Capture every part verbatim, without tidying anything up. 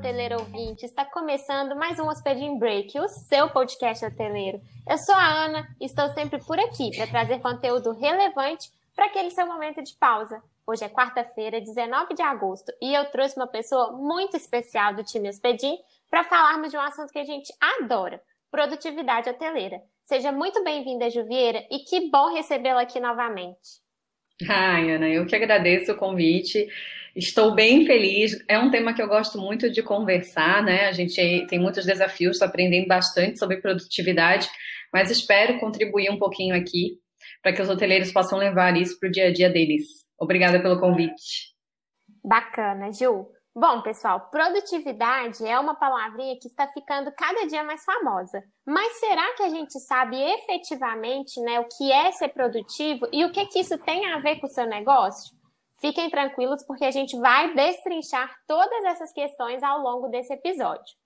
hoteleiro ouvinte, está começando mais um Hospedin Break, o seu podcast hoteleiro. Eu sou a Ana e estou sempre por aqui para trazer conteúdo relevante para aquele seu momento de pausa. Hoje é quarta-feira, dezenove de agosto, e eu trouxe uma pessoa muito especial do time Hospedin para falarmos de um assunto que a gente adora, produtividade hoteleira. Seja muito bem-vinda, Juvieira, e que bom recebê-la aqui novamente. Ai, Ana, eu que agradeço o convite. Estou bem feliz. É um tema que eu gosto muito de conversar, né? A gente tem muitos desafios, estou aprendendo bastante sobre produtividade, mas espero contribuir um pouquinho aqui para que os hoteleiros possam levar isso para o dia a dia deles. Obrigada pelo convite. Bacana, Ju. Bom, pessoal, produtividade é uma palavrinha que está ficando cada dia mais famosa. Mas será que a gente sabe efetivamente, né, o que é ser produtivo e o que, que isso tem a ver com o seu negócio? Fiquem tranquilos porque a gente vai destrinchar todas essas questões ao longo desse episódio.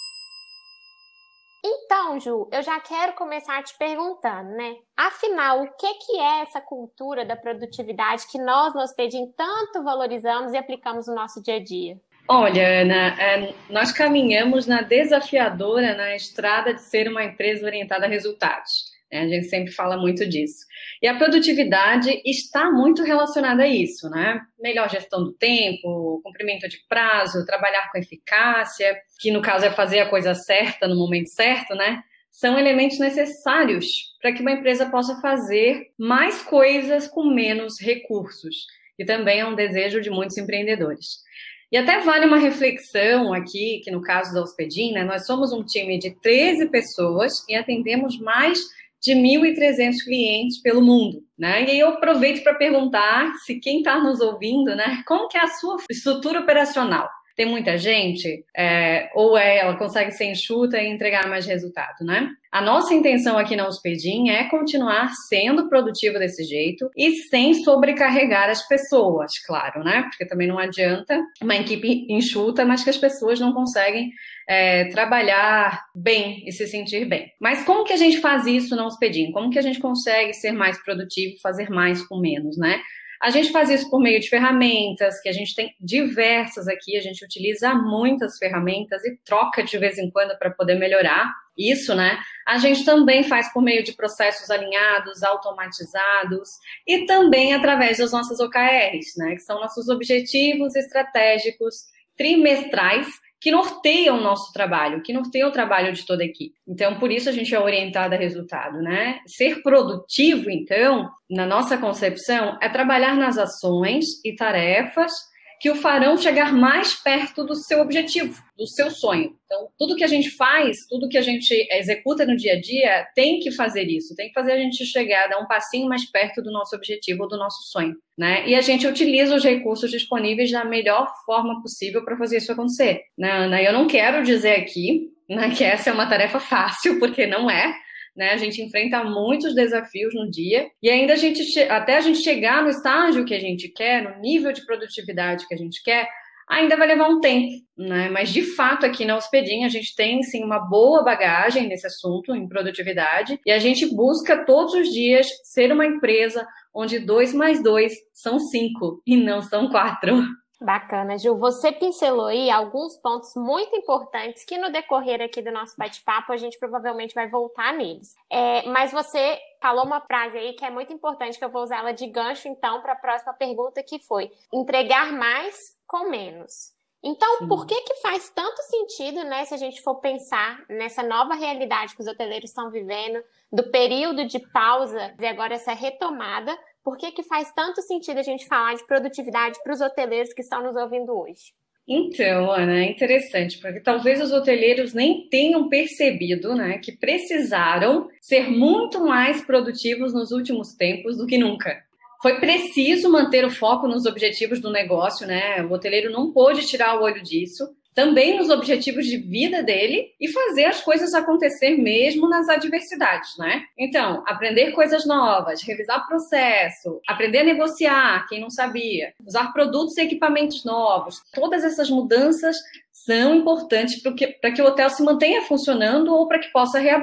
Então, Ju, eu já quero começar te perguntando, né? Afinal, o que, que é essa cultura da produtividade que nós no Hospedin tanto valorizamos e aplicamos no nosso dia a dia? Olha, Ana, nós caminhamos na desafiadora na estrada de ser uma empresa orientada a resultados. A gente sempre fala muito disso. E a produtividade está muito relacionada a isso, né? Melhor gestão do tempo, cumprimento de prazo, trabalhar com eficácia, que no caso é fazer a coisa certa no momento certo, né? São elementos necessários para que uma empresa possa fazer mais coisas com menos recursos. E também é um desejo de muitos empreendedores. E até vale uma reflexão aqui, que no caso da Hospedin, né, nós somos um time de treze pessoas e atendemos mais de mil e trezentos clientes pelo mundo, né? E aí eu aproveito para perguntar se quem está nos ouvindo, né, como que é a sua estrutura operacional? Tem muita gente? É, ou é, ela consegue ser enxuta e entregar mais resultado, né? A nossa intenção aqui na Hospedin é continuar sendo produtivo desse jeito e sem sobrecarregar as pessoas, claro, né? Porque também não adianta uma equipe enxuta, mas que as pessoas não conseguem é, trabalhar bem e se sentir bem. Mas como que a gente faz isso na Hospedin? Como que a gente consegue ser mais produtivo, fazer mais com menos, né? A gente faz isso por meio de ferramentas, que a gente tem diversas aqui, a gente utiliza muitas ferramentas e troca de vez em quando para poder melhorar isso, né? A gente também faz por meio de processos alinhados, automatizados e também através das nossas O K Rs, né? Que são nossos objetivos estratégicos trimestrais que norteiam o nosso trabalho, que norteiam o trabalho de toda a equipe. Então, por isso a gente é orientado a resultado, né? Ser produtivo, então, na nossa concepção, é trabalhar nas ações e tarefas que o farão chegar mais perto do seu objetivo, do seu sonho. Então, tudo que a gente faz, tudo que a gente executa no dia a dia, tem que fazer isso, tem que fazer a gente chegar, dar um passinho mais perto do nosso objetivo, do nosso sonho, né? E a gente utiliza os recursos disponíveis da melhor forma possível para fazer isso acontecer, né, Ana? Eu não quero dizer aqui, né, que essa é uma tarefa fácil, porque não é, né? A gente enfrenta muitos desafios no dia e ainda a gente, até a gente chegar no estágio que a gente quer, no nível de produtividade que a gente quer, ainda vai levar um tempo, né? Mas de fato aqui na Hospedin a gente tem sim uma boa bagagem nesse assunto, em produtividade, e a gente busca todos os dias ser uma empresa onde dois mais dois são cinco e não são quatro. Bacana, Ju. Você pincelou aí alguns pontos muito importantes que no decorrer aqui do nosso bate-papo a gente provavelmente vai voltar neles. É, mas você falou uma frase aí que é muito importante, que eu vou usar ela de gancho então para a próxima pergunta, que foi entregar mais com menos. Então, Sim. Por que que faz tanto sentido, né, se a gente for pensar nessa nova realidade que os hoteleiros estão vivendo, do período de pausa e agora essa retomada, por que que faz tanto sentido a gente falar de produtividade para os hoteleiros que estão nos ouvindo hoje? Então, Ana, é interessante, porque talvez os hoteleiros nem tenham percebido, né, que precisaram ser muito mais produtivos nos últimos tempos do que nunca. Foi preciso manter o foco nos objetivos do negócio, né? O hoteleiro não pôde tirar o olho disso. Também nos objetivos de vida dele e fazer as coisas acontecer mesmo nas adversidades, né? Então, aprender coisas novas, revisar processo, aprender a negociar, quem não sabia, usar produtos e equipamentos novos. Todas essas mudanças são importantes para que, para que o hotel se mantenha funcionando ou para que possa reabrir.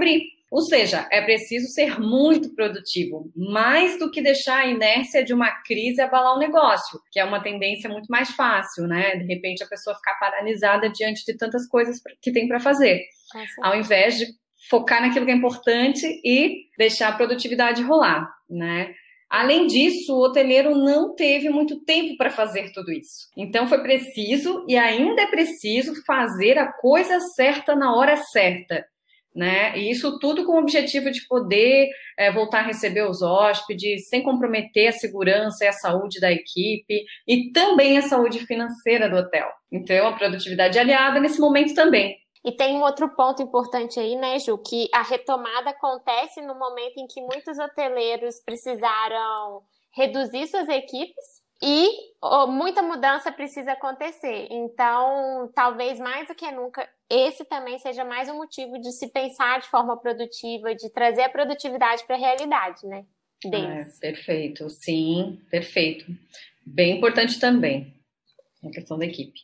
Ou seja, é preciso ser muito produtivo, mais do que deixar a inércia de uma crise abalar o negócio, que é uma tendência muito mais fácil, né? De repente a pessoa ficar paralisada diante de tantas coisas que tem para fazer, ao invés de focar naquilo que é importante e deixar a produtividade rolar, né? Além disso, o hoteleiro não teve muito tempo para fazer tudo isso. Então foi preciso e ainda é preciso fazer a coisa certa na hora certa, né? E isso tudo com o objetivo de poder é, voltar a receber os hóspedes sem comprometer a segurança e a saúde da equipe e também a saúde financeira do hotel. Então a produtividade é aliada nesse momento também. E tem um outro ponto importante aí, né, Ju, que a retomada acontece no momento em que muitos hoteleiros precisaram reduzir suas equipes e oh, muita mudança precisa acontecer. Então, talvez mais do que nunca, esse também seja mais um motivo de se pensar de forma produtiva, de trazer a produtividade para a realidade, né, deles. Ah, perfeito, sim, perfeito. Bem importante também, a questão da equipe.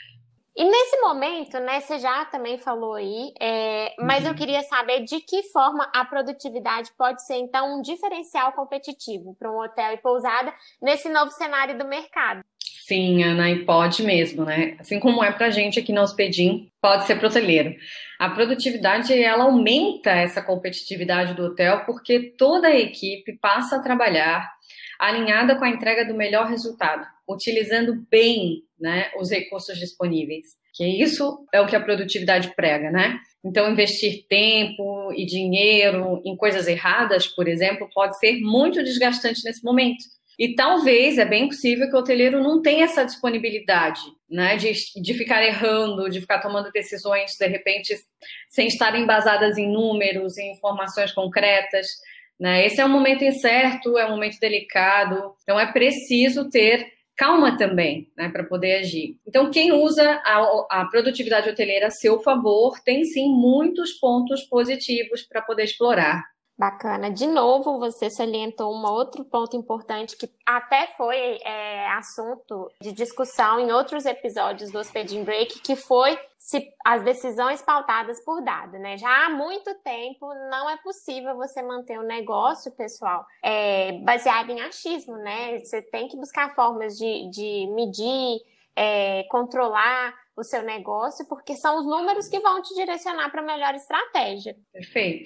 E nesse momento, né, você já também falou aí, é, mas uhum. eu queria saber de que forma a produtividade pode ser, então, um diferencial competitivo para um hotel e pousada nesse novo cenário do mercado. Sim, Ana, e pode mesmo, né? Assim como é para a gente aqui na Hospedim, pode ser para o hoteleiro. A produtividade, ela aumenta essa competitividade do hotel porque toda a equipe passa a trabalhar alinhada com a entrega do melhor resultado, utilizando bem, né, os recursos disponíveis. Que isso é o que a produtividade prega, né? Então, investir tempo e dinheiro em coisas erradas, por exemplo, pode ser muito desgastante nesse momento. E talvez, é bem possível que o hoteleiro não tenha essa disponibilidade, né, de, de ficar errando, de ficar tomando decisões, de repente, sem estar embasadas em números, em informações concretas, né? Esse é um momento incerto, é um momento delicado, então é preciso ter calma também, né, para poder agir. Então, quem usa a, a produtividade hoteleira a seu favor tem, sim, muitos pontos positivos para poder explorar. Bacana. De novo, você salientou um outro ponto importante que até foi é, assunto de discussão em outros episódios do Hospedim Break, que foi se as decisões pautadas por dado, né? Já há muito tempo não é possível você manter um negócio, pessoal, é, baseado em achismo, né? Você tem que buscar formas de, de medir, é, controlar o seu negócio, porque são os números que vão te direcionar para a melhor estratégia. Perfeito.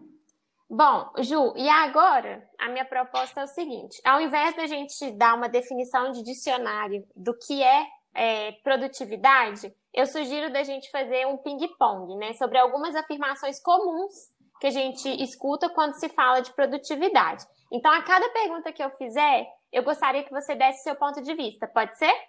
Bom, Ju, e agora a minha proposta é o seguinte: ao invés da gente dar uma definição de dicionário do que é, é produtividade, eu sugiro da gente fazer um ping-pong, né, sobre algumas afirmações comuns que a gente escuta quando se fala de produtividade. Então, a cada pergunta que eu fizer, eu gostaria que você desse seu ponto de vista, pode ser?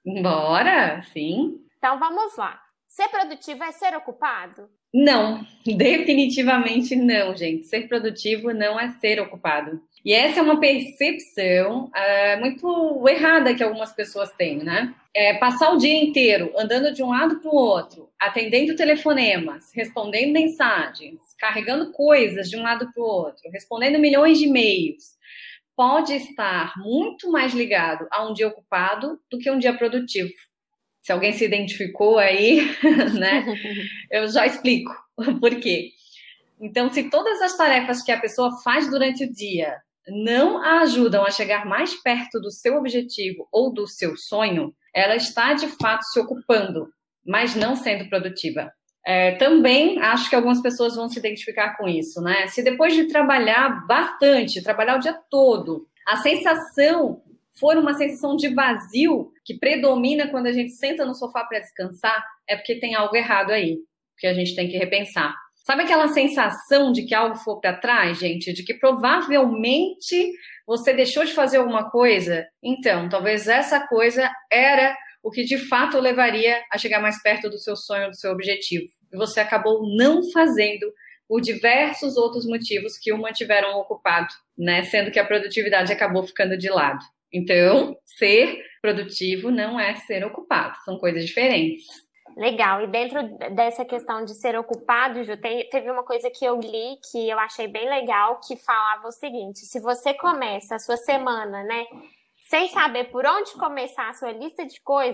Bora, sim. Então, vamos lá. Ser produtivo é ser ocupado? Não, definitivamente não, gente. Ser produtivo não é ser ocupado. E essa é uma percepção é, muito errada que algumas pessoas têm, né? É, passar o dia inteiro andando de um lado para o outro, atendendo telefonemas, respondendo mensagens, carregando coisas de um lado para o outro, respondendo milhões de e-mails, pode estar muito mais ligado a um dia ocupado do que um dia produtivo. Se alguém se identificou aí, né, eu já explico por quê. Então, se todas as tarefas que a pessoa faz durante o dia não a ajudam a chegar mais perto do seu objetivo ou do seu sonho, ela está, de fato, se ocupando, mas não sendo produtiva. É, também acho que algumas pessoas vão se identificar com isso, né? Se depois de trabalhar bastante, trabalhar o dia todo, a sensação for uma sensação de vazio que predomina quando a gente senta no sofá para descansar, é porque tem algo errado aí, que a gente tem que repensar. Sabe aquela sensação de que algo for para trás, gente? De que provavelmente você deixou de fazer alguma coisa? Então, talvez essa coisa era o que de fato levaria a chegar mais perto do seu sonho, do seu objetivo. E você acabou não fazendo por diversos outros motivos que o mantiveram ocupado, né? Sendo que a produtividade acabou ficando de lado. Então, ser produtivo não é ser ocupado, são coisas diferentes. Legal, e dentro dessa questão de ser ocupado, Ju, tem, teve uma coisa que eu li que eu achei bem legal, que falava o seguinte: se você começa a sua semana, né, sem saber por onde começar a sua lista de coisas,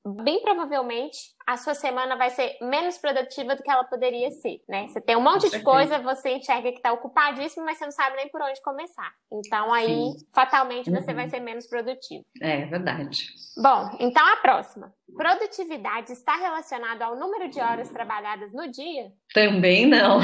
bem provavelmente a sua semana vai ser menos produtiva do que ela poderia ser, né? Você tem um monte de coisa, você enxerga que tá ocupadíssimo, mas você não sabe nem por onde começar. Então aí, Sim. fatalmente, você uhum. vai ser menos produtivo. É verdade. Bom, então a próxima. Produtividade está relacionada ao número de horas trabalhadas no dia? Também não.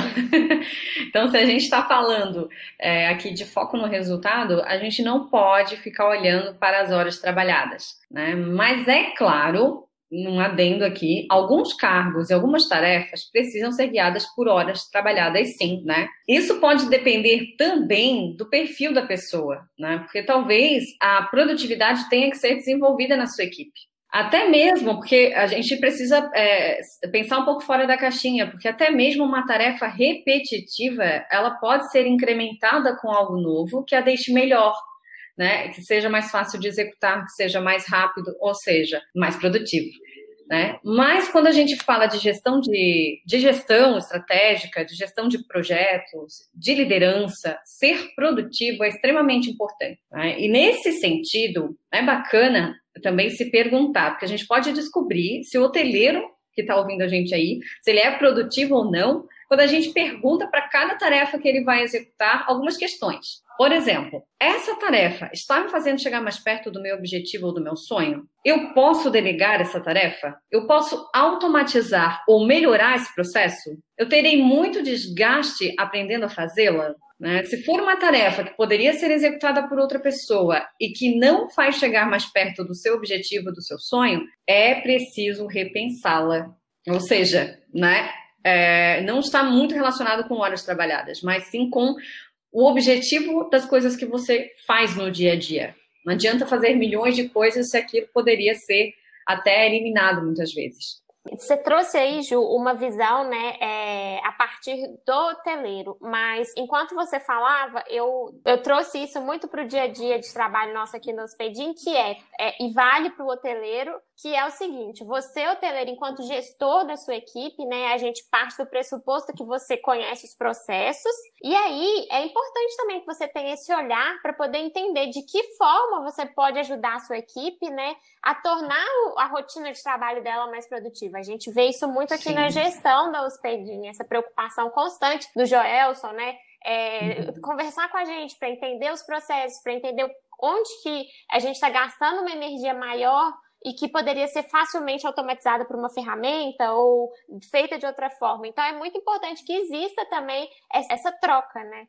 Então, se a gente está falando é, aqui de foco no resultado, a gente não pode ficar olhando para as horas trabalhadas, né? Mas é claro, num adendo aqui, alguns cargos e algumas tarefas precisam ser guiadas por horas trabalhadas, sim, né? Isso pode depender também do perfil da pessoa, né? Porque talvez a produtividade tenha que ser desenvolvida na sua equipe. Até mesmo porque a gente precisa é, pensar um pouco fora da caixinha, porque até mesmo uma tarefa repetitiva, ela pode ser incrementada com algo novo que a deixe melhor, né? Que seja mais fácil de executar, que seja mais rápido, ou seja, mais produtivo, né? Mas quando a gente fala de gestão de, de gestão estratégica, de gestão de projetos, de liderança, ser produtivo é extremamente importante, né? E nesse sentido, é bacana também se perguntar, porque a gente pode descobrir se o hoteleiro que está ouvindo a gente aí, se ele é produtivo ou não, quando a gente pergunta para cada tarefa que ele vai executar algumas questões. Por exemplo, essa tarefa está me fazendo chegar mais perto do meu objetivo ou do meu sonho? Eu posso delegar essa tarefa? Eu posso automatizar ou melhorar esse processo? Eu terei muito desgaste aprendendo a fazê-la? Né? Se for uma tarefa que poderia ser executada por outra pessoa e que não faz chegar mais perto do seu objetivo, do seu sonho, é preciso repensá-la. Ou seja, né? É, não está muito relacionado com horas trabalhadas, mas sim com o objetivo das coisas que você faz no dia a dia. Não adianta fazer milhões de coisas se aquilo poderia ser até eliminado muitas vezes. Você trouxe aí, Ju, uma visão, né, é, a partir do hoteleiro, mas enquanto você falava, eu, eu trouxe isso muito para o dia a dia de trabalho nosso aqui no Hospedim, que é, é e vale para o hoteleiro, que é o seguinte: você, hoteleiro, enquanto gestor da sua equipe, né, a gente parte do pressuposto que você conhece os processos, e aí é importante também que você tenha esse olhar para poder entender de que forma você pode ajudar a sua equipe, né, a tornar a rotina de trabalho dela mais produtiva. A gente vê isso muito aqui Sim. na gestão da Hospedim, essa preocupação constante do Joelson, né, é, uhum. conversar com a gente para entender os processos, para entender onde que a gente está gastando uma energia maior e que poderia ser facilmente automatizada por uma ferramenta ou feita de outra forma. Então, é muito importante que exista também essa troca, né?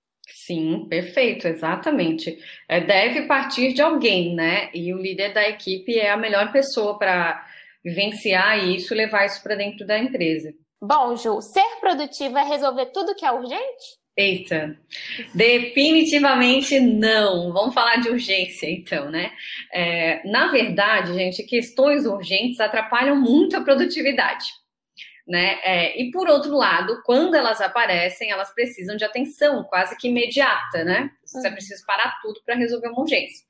Sim, perfeito, exatamente. É, deve partir de alguém, né? E o líder da equipe é a melhor pessoa para vivenciar isso e levar isso para dentro da empresa. Bom, Ju, ser produtivo é resolver tudo que é urgente? Eita, definitivamente não. Vamos falar de urgência, então, né? É, na verdade, gente, questões urgentes atrapalham muito a produtividade, né? É, e por outro lado, quando elas aparecem, elas precisam de atenção quase que imediata, né? Você uhum. precisa parar tudo para resolver uma urgência.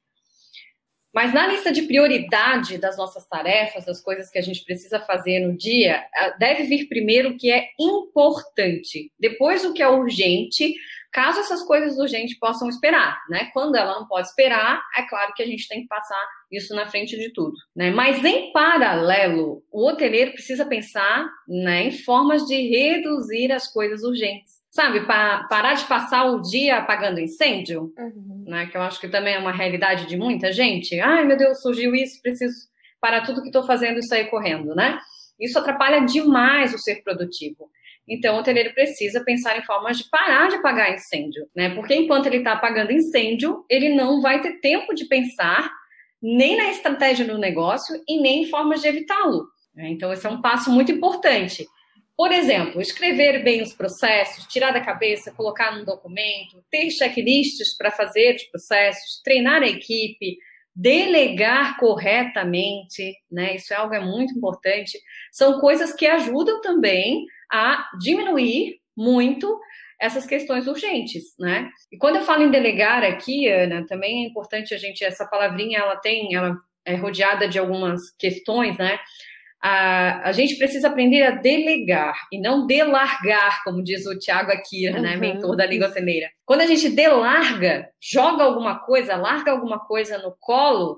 Mas na lista de prioridade das nossas tarefas, das coisas que a gente precisa fazer no dia, deve vir primeiro o que é importante, depois o que é urgente, caso essas coisas urgentes possam esperar, né? Quando ela não pode esperar, é claro que a gente tem que passar isso na frente de tudo, né? Mas em paralelo, o hoteleiro precisa pensar, né, em formas de reduzir as coisas urgentes. Sabe, pa- parar de passar o dia apagando incêndio, uhum. né, que eu acho que também é uma realidade de muita gente. Ai, meu Deus, surgiu isso, preciso parar tudo que estou fazendo e sair correndo, né? Isso atrapalha demais o ser produtivo. Então, o hoteleiro precisa pensar em formas de parar de apagar incêndio, né? Porque enquanto ele está apagando incêndio, ele não vai ter tempo de pensar nem na estratégia do negócio e nem em formas de evitá-lo. Então, esse é um passo muito importante. Por exemplo, escrever bem os processos, tirar da cabeça, colocar num documento, ter checklists para fazer os processos, treinar a equipe, delegar corretamente, né? Isso é algo é muito importante. São coisas que ajudam também a diminuir muito essas questões urgentes, né? E quando eu falo em delegar aqui, Ana, também é importante a gente, essa palavrinha, ela tem, ela é rodeada de algumas questões, né? A, a gente precisa aprender a delegar e não delargar, como diz o Thiago Akira, uhum. né, mentor da língua hoteleira. Quando a gente delarga, joga alguma coisa, larga alguma coisa no colo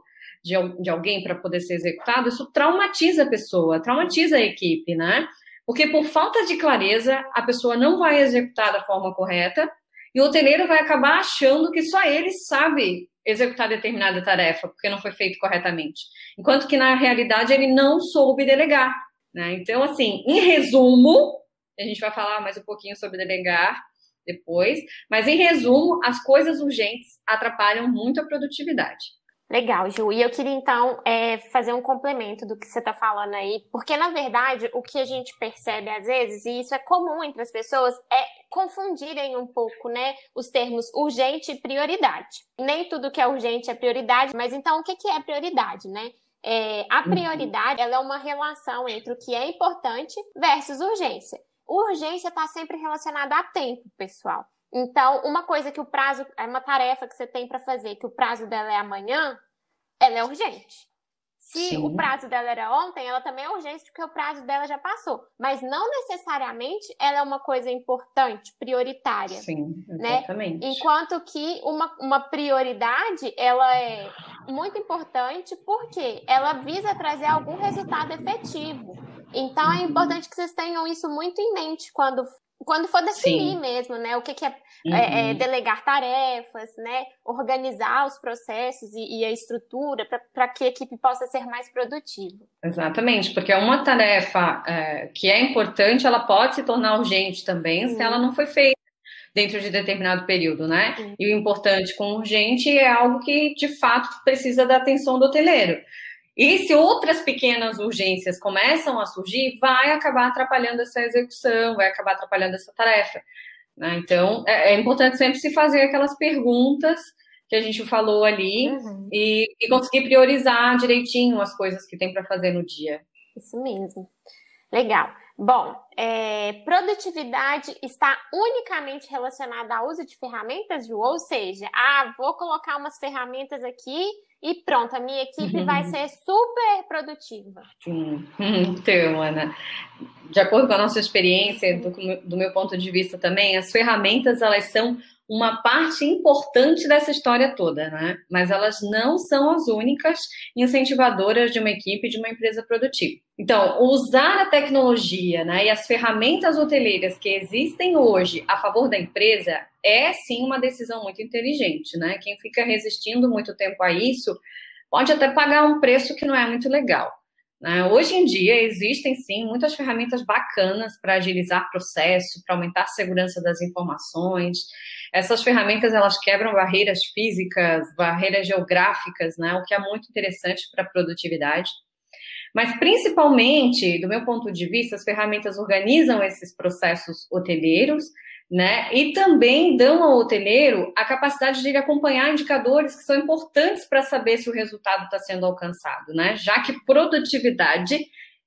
de, de alguém para poder ser executado, isso traumatiza a pessoa, traumatiza a equipe, né? Porque por falta de clareza, a pessoa não vai executar da forma correta e o hoteleiro vai acabar achando que só ele sabe executar determinada tarefa, porque não foi feito corretamente. Enquanto que, na realidade, ele não soube delegar, né? Então, assim, em resumo, a gente vai falar mais um pouquinho sobre delegar depois, mas, em resumo, as coisas urgentes atrapalham muito a produtividade. Legal, Ju. E eu queria, então, é, fazer um complemento do que você está falando aí, porque, na verdade, o que a gente percebe, às vezes, e isso é comum entre as pessoas, é confundirem um pouco, né, os termos urgente e prioridade. Nem tudo que é urgente é prioridade, mas, então, o que que é prioridade, né? É, a prioridade, ela é uma relação entre o que é importante versus urgência. Urgência está sempre relacionada a tempo, pessoal. Então, uma coisa que o prazo, é uma tarefa que você tem para fazer, que o prazo dela é amanhã, ela é urgente. Se Sim. o prazo dela era ontem, ela também é urgente, porque o prazo dela já passou. Mas não necessariamente ela é uma coisa importante, prioritária. Sim, exatamente. Né? Enquanto que uma, uma prioridade, ela é muito importante porque ela visa trazer algum resultado efetivo. Então, é importante que vocês tenham isso muito em mente quando... Quando for definir Sim. mesmo, né, o que, que é, uhum. é, é delegar tarefas, né, organizar os processos e, e a estrutura para que a equipe possa ser mais produtiva. Exatamente, porque uma tarefa é, que é importante, ela pode se tornar urgente também Sim. se ela não foi feita dentro de determinado período, né? Sim. E o importante com urgente é algo que, de fato, precisa da atenção do hoteleiro. E se outras pequenas urgências começam a surgir, vai acabar atrapalhando essa execução, vai acabar atrapalhando essa tarefa, né? Então, é, é importante sempre se fazer aquelas perguntas que a gente falou ali uhum. e, e conseguir priorizar direitinho as coisas que tem para fazer no dia. Isso mesmo. Legal. Bom, é, produtividade está unicamente relacionada ao uso de ferramentas, Ju? Ou seja, ah, vou colocar umas ferramentas aqui e pronto, a minha equipe uhum. vai ser super produtiva. Sim. Então, Ana, de acordo com a nossa experiência, do, do meu ponto de vista também, as ferramentas, elas são uma parte importante dessa história toda, né? Mas elas não são as únicas incentivadoras de uma equipe, de uma empresa produtiva. Então, usar a tecnologia, né, e as ferramentas hoteleiras que existem hoje a favor da empresa é, sim, uma decisão muito inteligente, né? Quem fica resistindo muito tempo a isso pode até pagar um preço que não é muito legal. Hoje em dia, existem, sim, muitas ferramentas bacanas para agilizar processo, para aumentar a segurança das informações. Essas ferramentas, elas quebram barreiras físicas, barreiras geográficas, né? O que é muito interessante para a produtividade. Mas, principalmente, do meu ponto de vista, as ferramentas organizam esses processos hoteleiros, né? E também dão ao hoteleiro a capacidade de ele acompanhar indicadores que são importantes para saber se o resultado está sendo alcançado, né? Já que produtividade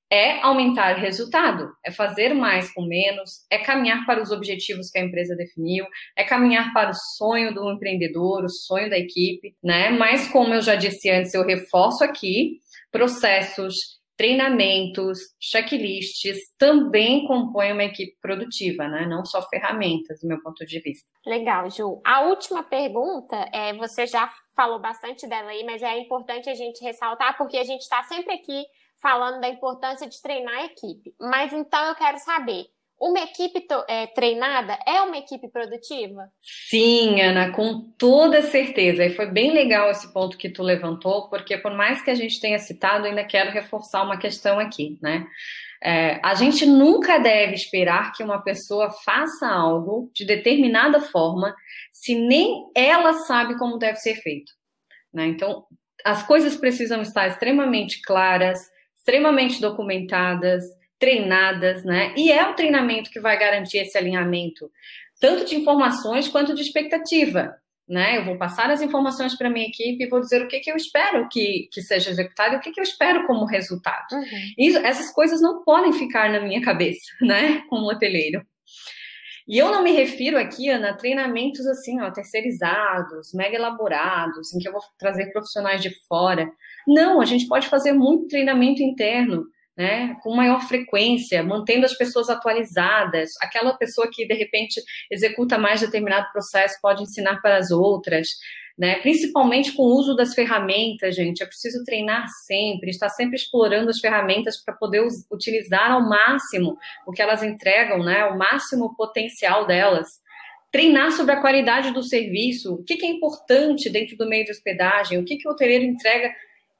é aumentar resultado, é fazer mais com menos, é caminhar para os objetivos que a empresa definiu, é caminhar para o sonho do empreendedor, o sonho da equipe, né? Mas, como eu já disse antes, eu reforço aqui, processos, treinamentos, checklists também compõem uma equipe produtiva, né? Não só ferramentas, do meu ponto de vista. Legal, Ju. A última pergunta, é, você já falou bastante dela aí, mas é importante a gente ressaltar, porque a gente está sempre aqui falando da importância de treinar a equipe. Mas então eu quero saber, uma equipe é, treinada é uma equipe produtiva? Sim, Ana, com toda certeza. E foi bem legal esse ponto que tu levantou, porque por mais que a gente tenha citado, ainda quero reforçar uma questão aqui, né? É, a gente nunca deve esperar que uma pessoa faça algo de determinada forma se nem ela sabe como deve ser feito, né? Então, as coisas precisam estar extremamente claras, extremamente documentadas, treinadas, né? E é o treinamento que vai garantir esse alinhamento, tanto de informações quanto de expectativa, né? Eu vou passar as informações para a minha equipe e vou dizer o que, que eu espero que, que seja executado e o que, que eu espero como resultado. Uhum. Isso, essas coisas não podem ficar na minha cabeça, né? Como hoteleiro. E eu não me refiro aqui, Ana, a treinamentos assim, ó, terceirizados, mega elaborados, em que eu vou trazer profissionais de fora. Não, a gente pode fazer muito treinamento interno, né, com maior frequência, mantendo as pessoas atualizadas. Aquela pessoa que, de repente, executa mais determinado processo pode ensinar para as outras, né? Principalmente com o uso das ferramentas, gente. É preciso treinar sempre, estar sempre explorando as ferramentas para poder utilizar ao máximo o que elas entregam, né? O máximo potencial delas. Treinar sobre a qualidade do serviço, o que, que é importante dentro do meio de hospedagem, o que, que o hoteleiro entrega,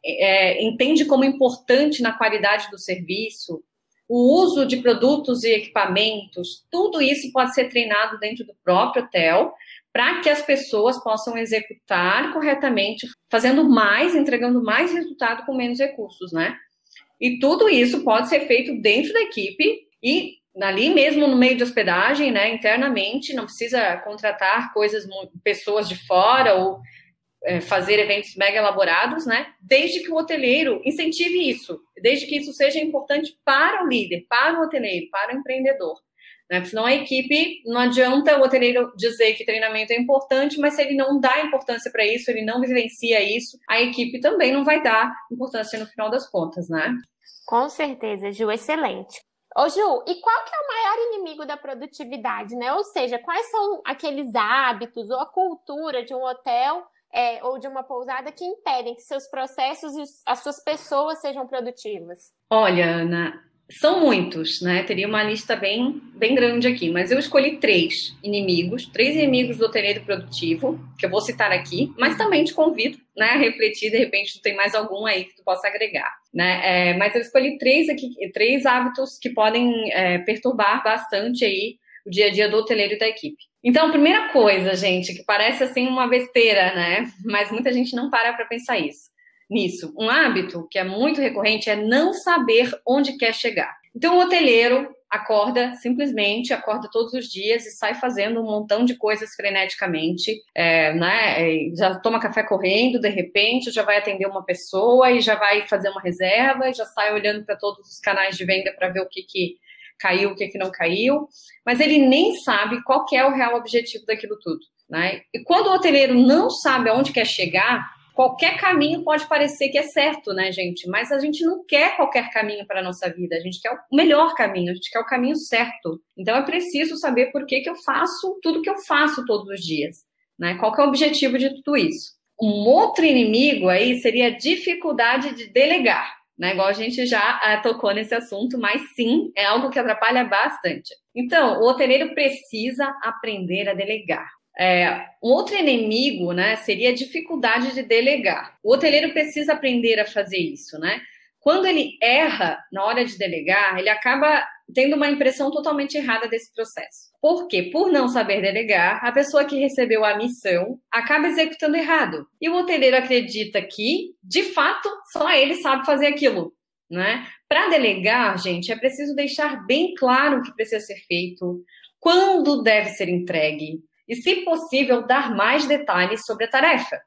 é, entende como importante na qualidade do serviço, o uso de produtos e equipamentos, tudo isso pode ser treinado dentro do próprio hotel para que as pessoas possam executar corretamente, fazendo mais, entregando mais resultado com menos recursos, né? E tudo isso pode ser feito dentro da equipe e ali mesmo no meio de hospedagem, né, internamente, não precisa contratar coisas, pessoas de fora ou é, fazer eventos mega elaborados, né, desde que o hoteleiro incentive isso, desde que isso seja importante para o líder, para o hoteleiro, para o empreendedor, né, porque senão a equipe, não adianta o hoteleiro dizer que treinamento é importante, mas se ele não dá importância para isso, ele não vivencia isso, a equipe também não vai dar importância no final das contas, né? Com certeza, Ju, excelente. Ô Ju, e qual que é o maior inimigo da produtividade, né? Ou seja, quais são aqueles hábitos ou a cultura de um hotel é, ou de uma pousada que impedem que seus processos e as suas pessoas sejam produtivas? Olha, Ana, são muitos, né? Teria uma lista bem, bem grande aqui, mas eu escolhi três inimigos, três inimigos do hoteleiro produtivo, que eu vou citar aqui, mas também te convido, né, a refletir, de repente tu tem mais algum aí que tu possa agregar, né? É, mas eu escolhi três aqui, três hábitos que podem é, perturbar bastante aí o dia a dia do hoteleiro e da equipe. Então, a primeira coisa, gente, que parece assim uma besteira, né? Mas muita gente não para para pensar isso. Nisso, um hábito que é muito recorrente é não saber onde quer chegar. Então, o hoteleiro acorda, simplesmente acorda todos os dias e sai fazendo um montão de coisas freneticamente, é, né? Já toma café correndo, de repente já vai atender uma pessoa e já vai fazer uma reserva, e já sai olhando para todos os canais de venda para ver o que, que caiu, o que, que não caiu, mas ele nem sabe qual que é o real objetivo daquilo tudo, né? E quando o hoteleiro não sabe aonde quer chegar, qualquer caminho pode parecer que é certo, né, gente? Mas a gente não quer qualquer caminho para a nossa vida. A gente quer o melhor caminho, a gente quer o caminho certo. Então, é preciso saber por que que eu faço tudo que eu faço todos os dias, né? Qual que é o objetivo de tudo isso? Um outro inimigo aí seria a dificuldade de delegar, né? Igual a gente já uh, tocou nesse assunto, mas sim, é algo que atrapalha bastante. Então, o hoteleiro precisa aprender a delegar. É, um outro inimigo, né, seria a dificuldade de delegar. O hoteleiro precisa aprender a fazer isso, né? Quando ele erra na hora de delegar, ele acaba tendo uma impressão totalmente errada desse processo. Por quê? Por não saber delegar, a pessoa que recebeu a missão acaba executando errado. E o hoteleiro acredita que, de fato, só ele sabe fazer aquilo, né? Para delegar, gente, é preciso deixar bem claro o que precisa ser feito, quando deve ser entregue, e, se possível, dar mais detalhes sobre a tarefa.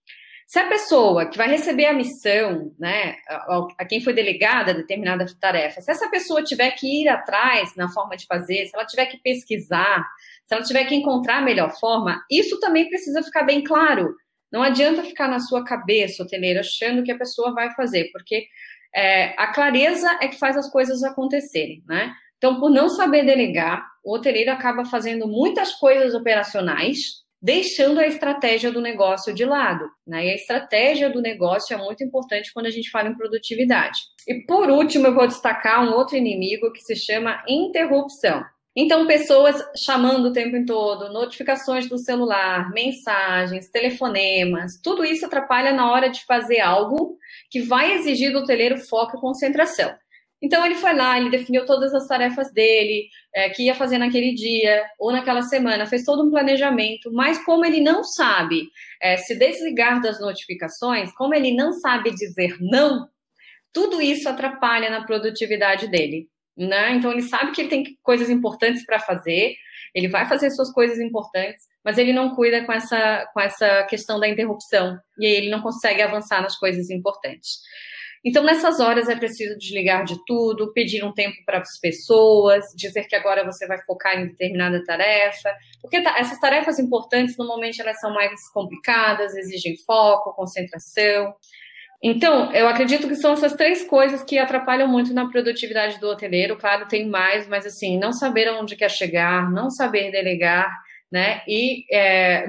Se a pessoa que vai receber a missão, né, a, a quem foi delegada determinada tarefa, se essa pessoa tiver que ir atrás na forma de fazer, se ela tiver que pesquisar, se ela tiver que encontrar a melhor forma, isso também precisa ficar bem claro. Não adianta ficar na sua cabeça, hoteleiro, achando que a pessoa vai fazer, porque é, a clareza é que faz as coisas acontecerem, né? Então, por não saber delegar, o hoteleiro acaba fazendo muitas coisas operacionais, deixando a estratégia do negócio de lado, né? E a estratégia do negócio é muito importante quando a gente fala em produtividade. E, por último, eu vou destacar um outro inimigo que se chama interrupção. Então, pessoas chamando o tempo todo, notificações do celular, mensagens, telefonemas, tudo isso atrapalha na hora de fazer algo que vai exigir do hoteleiro foco e concentração. Então, ele foi lá, ele definiu todas as tarefas dele, é, que ia fazer naquele dia ou naquela semana, fez todo um planejamento, mas como ele não sabe é, se desligar das notificações, como ele não sabe dizer não, tudo isso atrapalha na produtividade dele, né? Então, ele sabe que ele tem coisas importantes para fazer, ele vai fazer suas coisas importantes, mas ele não cuida com essa, com essa questão da interrupção, e aí ele não consegue avançar nas coisas importantes. Então, nessas horas, é preciso desligar de tudo, pedir um tempo para as pessoas, dizer que agora você vai focar em determinada tarefa, porque essas tarefas importantes, normalmente, elas são mais complicadas, exigem foco, concentração. Então, eu acredito que são essas três coisas que atrapalham muito na produtividade do hoteleiro. Claro, tem mais, mas, assim, não saber aonde quer chegar, não saber delegar, né, e... É,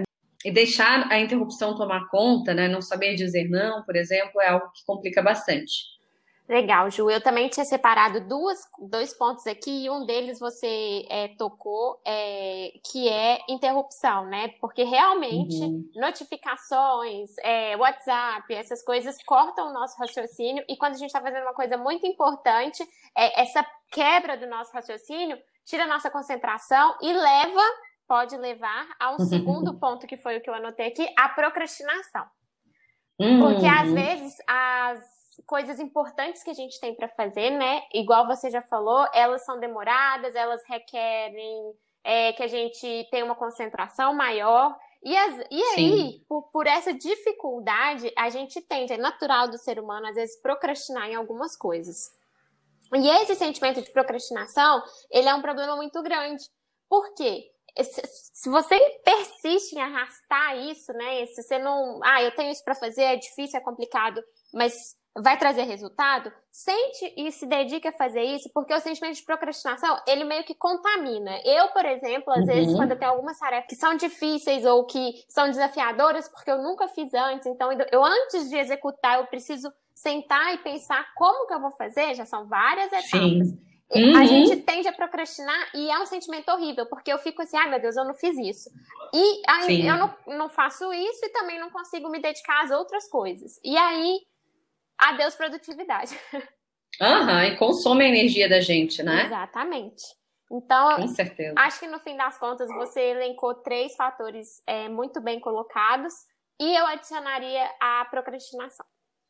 e deixar a interrupção tomar conta, né? Não saber dizer não, por exemplo, é algo que complica bastante. Legal, Ju. Eu também tinha separado duas, dois pontos aqui, e um deles você é, tocou, é, que é interrupção, né? Porque realmente Uhum. notificações, é, WhatsApp, essas coisas cortam o nosso raciocínio, e quando a gente está fazendo uma coisa muito importante, é, essa quebra do nosso raciocínio tira a nossa concentração e leva, pode levar a um segundo ponto, que foi o que eu anotei aqui, a procrastinação. Uhum. Porque às vezes as coisas importantes que a gente tem para fazer, né? Igual você já falou, elas são demoradas, elas requerem é, que a gente tenha uma concentração maior. E, as, e aí, por, por essa dificuldade, a gente tende, é natural do ser humano, às vezes, procrastinar em algumas coisas. E esse sentimento de procrastinação, ele é um problema muito grande. Por quê? Se você persiste em arrastar isso, né? Se você não... Ah, eu tenho isso para fazer, é difícil, é complicado, mas vai trazer resultado, sente e se dedique a fazer isso, porque o sentimento de procrastinação, ele meio que contamina. Eu, por exemplo, às uhum. vezes, quando eu tenho algumas tarefas que são difíceis ou que são desafiadoras, porque eu nunca fiz antes, então eu, antes de executar, eu preciso sentar e pensar como que eu vou fazer, já são várias etapas. Uhum. A gente tende a procrastinar e é um sentimento horrível, porque eu fico assim, ai meu Deus, eu não fiz isso. E aí, Sim. eu não, não faço isso e também não consigo me dedicar às outras coisas. E aí, adeus produtividade. Aham, e consome a energia da gente, né? Exatamente. Então, com certeza. Acho que no fim das contas você elencou três fatores é, muito bem colocados e eu adicionaria a procrastinação.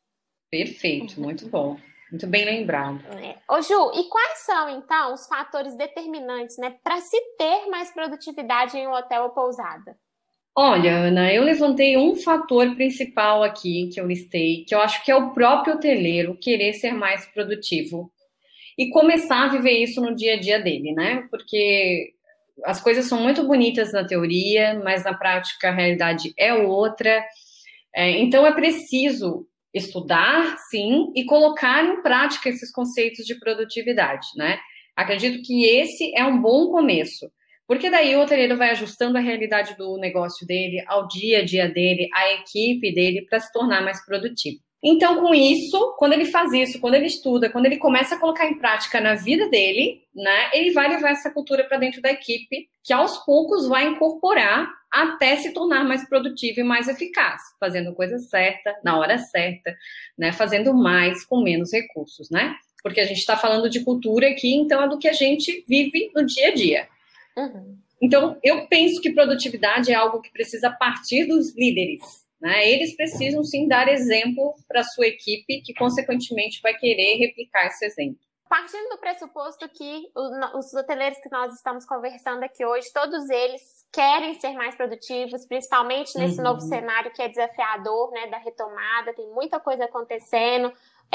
Perfeito, muito bom. Muito bem lembrado. É. Ô Ju, e quais são então os fatores determinantes, né, para se ter mais produtividade em um hotel ou pousada? Olha, Ana, eu levantei um fator principal aqui que eu listei, que eu acho que é o próprio hoteleiro querer ser mais produtivo e começar a viver isso no dia a dia dele, né? Porque as coisas são muito bonitas na teoria, mas na prática a realidade é outra. É, então é preciso estudar, sim, e colocar em prática esses conceitos de produtividade, né? Acredito que esse é um bom começo. Porque daí o hoteleiro vai ajustando a realidade do negócio dele, ao dia a dia dele, à equipe dele, para se tornar mais produtivo. Então, com isso, quando ele faz isso, quando ele estuda, quando ele começa a colocar em prática na vida dele, né, ele vai levar essa cultura para dentro da equipe, que aos poucos vai incorporar até se tornar mais produtivo e mais eficaz, fazendo a coisa certa, na hora certa, né, fazendo mais com menos recursos, né? Porque a gente está falando de cultura aqui, então é do que a gente vive no dia a dia. Uhum. Então, eu penso que produtividade é algo que precisa partir dos líderes, né? Eles precisam, sim, dar exemplo para a sua equipe, que, consequentemente, vai querer replicar esse exemplo. Partindo do pressuposto que os hoteleiros que nós estamos conversando aqui hoje, todos eles querem ser mais produtivos, principalmente nesse uhum. novo cenário que é desafiador, né, da retomada, tem muita coisa acontecendo.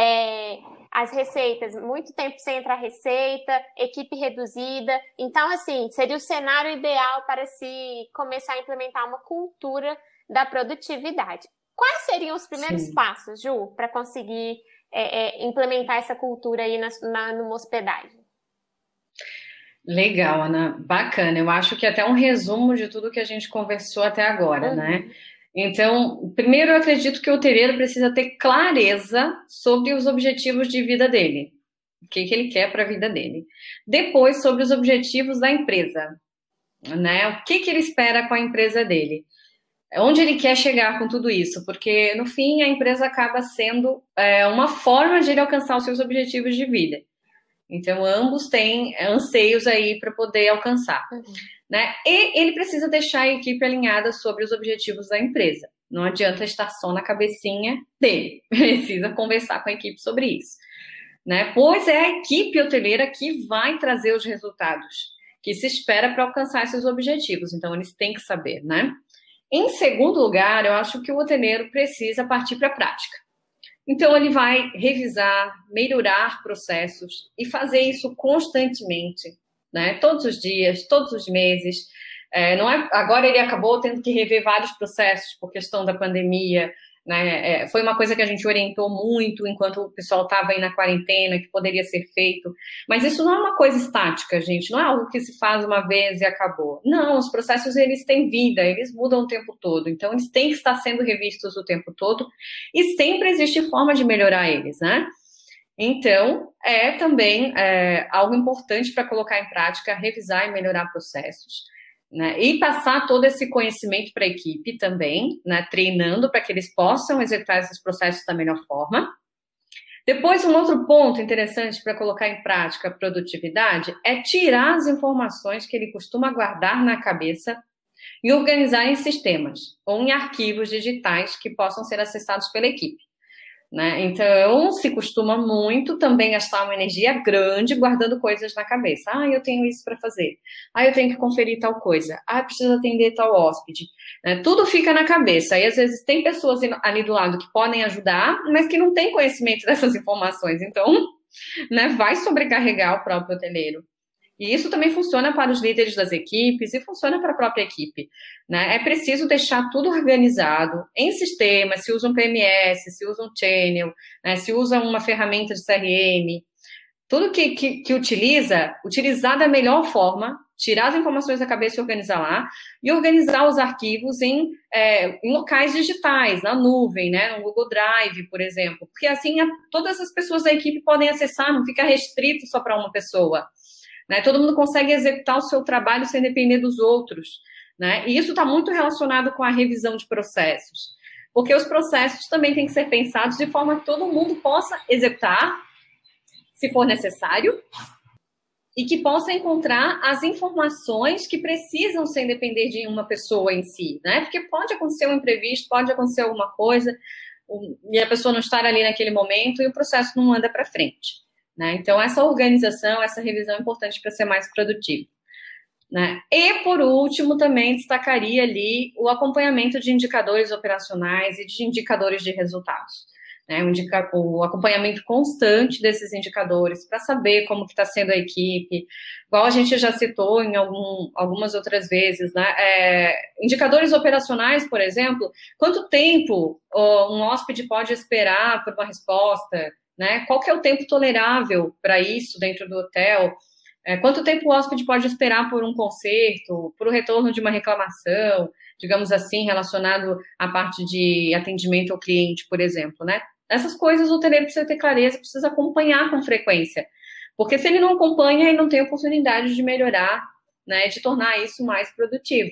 É, as receitas, muito tempo sem entrar receita, equipe reduzida. Então, assim, seria o cenário ideal para se começar a implementar uma cultura da produtividade. Quais seriam os primeiros Sim. passos, Ju, para conseguir é, é, implementar essa cultura aí na, na, numa hospedagem? Legal, Ana. Bacana. Eu acho que até um resumo de tudo que a gente conversou até agora, uhum. né? Então, primeiro eu acredito que o hoteleiro precisa ter clareza sobre os objetivos de vida dele, o que, que ele quer para a vida dele. Depois, sobre os objetivos da empresa, né? O que, que ele espera com a empresa dele, onde ele quer chegar com tudo isso, porque no fim a empresa acaba sendo é, uma forma de ele alcançar os seus objetivos de vida. Então, ambos têm anseios aí para poder alcançar. Uhum. Né? E ele precisa deixar a equipe alinhada sobre os objetivos da empresa. Não adianta estar só na cabecinha dele. Precisa conversar com a equipe sobre isso. Né? Pois é a equipe hoteleira que vai trazer os resultados que se espera para alcançar esses objetivos. Então, eles têm que saber, né? Em segundo lugar, eu acho que o hoteleiro precisa partir para a prática. Então, ele vai revisar, melhorar processos e fazer isso constantemente. Né? Todos os dias, todos os meses. É, não é, agora ele acabou tendo que rever vários processos por questão da pandemia, né? É, foi uma coisa que a gente orientou muito enquanto o pessoal estava aí na quarentena, que poderia ser feito. Mas isso não é uma coisa estática, gente. Não é algo que se faz uma vez e acabou. Não, os processos, eles têm vida, eles mudam o tempo todo. Então, eles têm que estar sendo revistos o tempo todo e sempre existe forma de melhorar eles, né? Então, é também é, algo importante para colocar em prática, revisar e melhorar processos. Né, e passar todo esse conhecimento para a equipe também, né, treinando para que eles possam executar esses processos da melhor forma. Depois, um outro ponto interessante para colocar em prática a produtividade é tirar as informações que ele costuma guardar na cabeça e organizar em sistemas ou em arquivos digitais que possam ser acessados pela equipe. Né? Então, se costuma muito também gastar uma energia grande guardando coisas na cabeça. Ah, eu tenho isso para fazer. Ah, eu tenho que conferir tal coisa. Ah, preciso atender tal hóspede. Né? Tudo fica na cabeça. E às vezes tem pessoas ali do lado que podem ajudar, mas que não têm conhecimento dessas informações. Então, né, vai sobrecarregar o próprio hoteleiro. E isso também funciona para os líderes das equipes e funciona para a própria equipe. Né? É preciso deixar tudo organizado em sistemas, se usa um P M S, se usa um channel, né? Se usa uma ferramenta de C R M. Tudo que, que, que utiliza, utilizar da melhor forma, tirar as informações da cabeça e organizar lá, e organizar os arquivos em, é, em locais digitais, na nuvem, né? No Google Drive, por exemplo. Porque assim a, todas as pessoas da equipe podem acessar, não fica restrito só para uma pessoa. Né? Todo mundo consegue executar o seu trabalho sem depender dos outros. Né? E isso está muito relacionado com a revisão de processos. Porque os processos também têm que ser pensados de forma que todo mundo possa executar, se for necessário, e que possa encontrar as informações que precisam sem depender de uma pessoa em si. Né? Porque pode acontecer um imprevisto, pode acontecer alguma coisa, e a pessoa não estar ali naquele momento e o processo não anda para frente. Né? Então, essa organização, essa revisão é importante para ser mais produtivo. Né? E, por último, também destacaria ali o acompanhamento de indicadores operacionais e de indicadores de resultados. Né? O, indica- o acompanhamento constante desses indicadores para saber como que está sendo a equipe, igual a gente já citou em algum, algumas outras vezes. Né? É, indicadores operacionais, por exemplo, quanto tempo ó, um hóspede pode esperar por uma resposta, né? Qual que é o tempo tolerável para isso dentro do hotel? É, quanto tempo o hóspede pode esperar por um conserto, por o retorno de uma reclamação, digamos assim, relacionado à parte de atendimento ao cliente, por exemplo, né? Essas coisas o hoteleiro precisa ter clareza, precisa acompanhar com frequência. Porque se ele não acompanha, ele não tem oportunidade de melhorar, né? De tornar isso mais produtivo.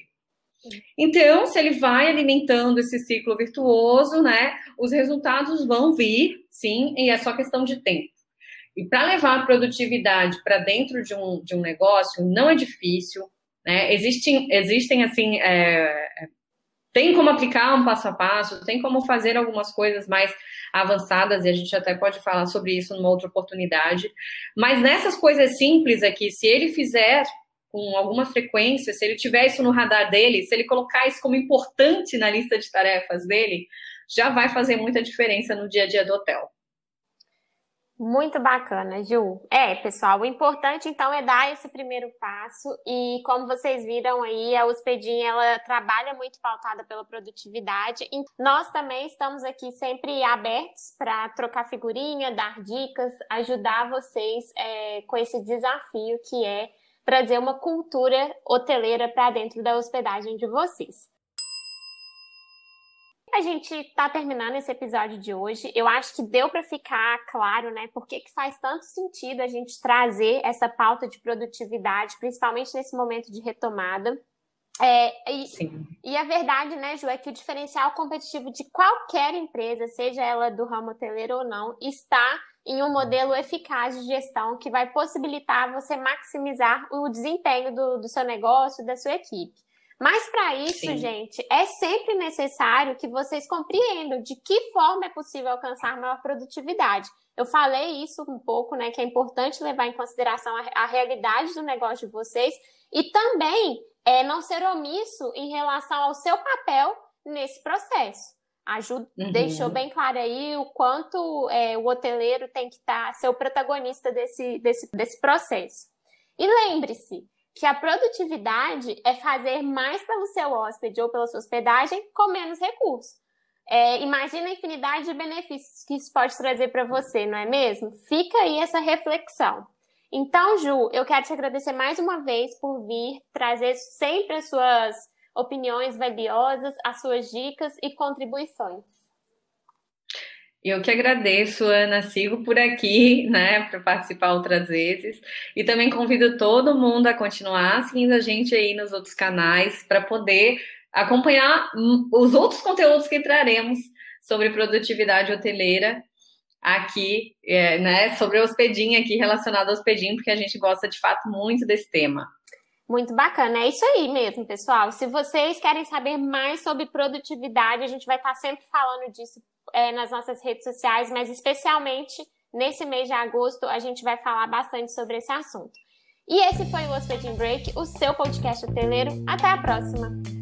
Então, se ele vai alimentando esse ciclo virtuoso, né, os resultados vão vir, sim, e é só questão de tempo. E para levar a produtividade para dentro de um, de um negócio não é difícil, né? Existem, existem assim, é, tem como aplicar um passo a passo, tem como fazer algumas coisas mais avançadas, e a gente até pode falar sobre isso numa outra oportunidade. Mas nessas coisas simples aqui, se ele fizer com alguma frequência, se ele tiver isso no radar dele, se ele colocar isso como importante na lista de tarefas dele, já vai fazer muita diferença no dia a dia do hotel. Muito bacana, Ju. É, pessoal, o importante então é dar esse primeiro passo e como vocês viram aí, a Hospedim, ela trabalha muito pautada pela produtividade e nós também estamos aqui sempre abertos para trocar figurinha, dar dicas, ajudar vocês é, com esse desafio que é trazer uma cultura hoteleira para dentro da hospedagem de vocês. A gente está terminando esse episódio de hoje. Eu acho que deu para ficar claro, né, por que que faz tanto sentido a gente trazer essa pauta de produtividade, principalmente nesse momento de retomada. É, e, Sim. e a verdade, né, Ju, é que o diferencial competitivo de qualquer empresa, seja ela do ramo hoteleiro ou não, está em um modelo eficaz de gestão que vai possibilitar você maximizar o desempenho do, do seu negócio, da sua equipe. Mas para isso, Sim. gente, é sempre necessário que vocês compreendam de que forma é possível alcançar maior produtividade. Eu falei isso um pouco, né, que é importante levar em consideração a, a realidade do negócio de vocês e também é, não ser omisso em relação ao seu papel nesse processo. A Ju uhum. deixou bem claro aí o quanto é, o hoteleiro tem que estar, ser o protagonista desse, desse, desse processo. E lembre-se que a produtividade é fazer mais pelo seu hóspede ou pela sua hospedagem com menos recursos. É, imagina a infinidade de benefícios que isso pode trazer para você, não é mesmo? Fica aí essa reflexão. Então, Ju, eu quero te agradecer mais uma vez por vir trazer sempre as suas opiniões valiosas, as suas dicas e contribuições. Eu que agradeço, Ana, sigo por aqui, né, para participar outras vezes. E também convido todo mundo a continuar seguindo a gente aí nos outros canais para poder acompanhar os outros conteúdos que traremos sobre produtividade hoteleira aqui, é, né, sobre hospedinho aqui, relacionado ao hospedinho, porque a gente gosta de fato muito desse tema. Muito bacana, é isso aí mesmo, pessoal. Se vocês querem saber mais sobre produtividade, a gente vai estar sempre falando disso é, nas nossas redes sociais, mas especialmente nesse mês de agosto a gente vai falar bastante sobre esse assunto. E esse foi o Hospedin Break, o seu podcast hoteleiro. Até a próxima!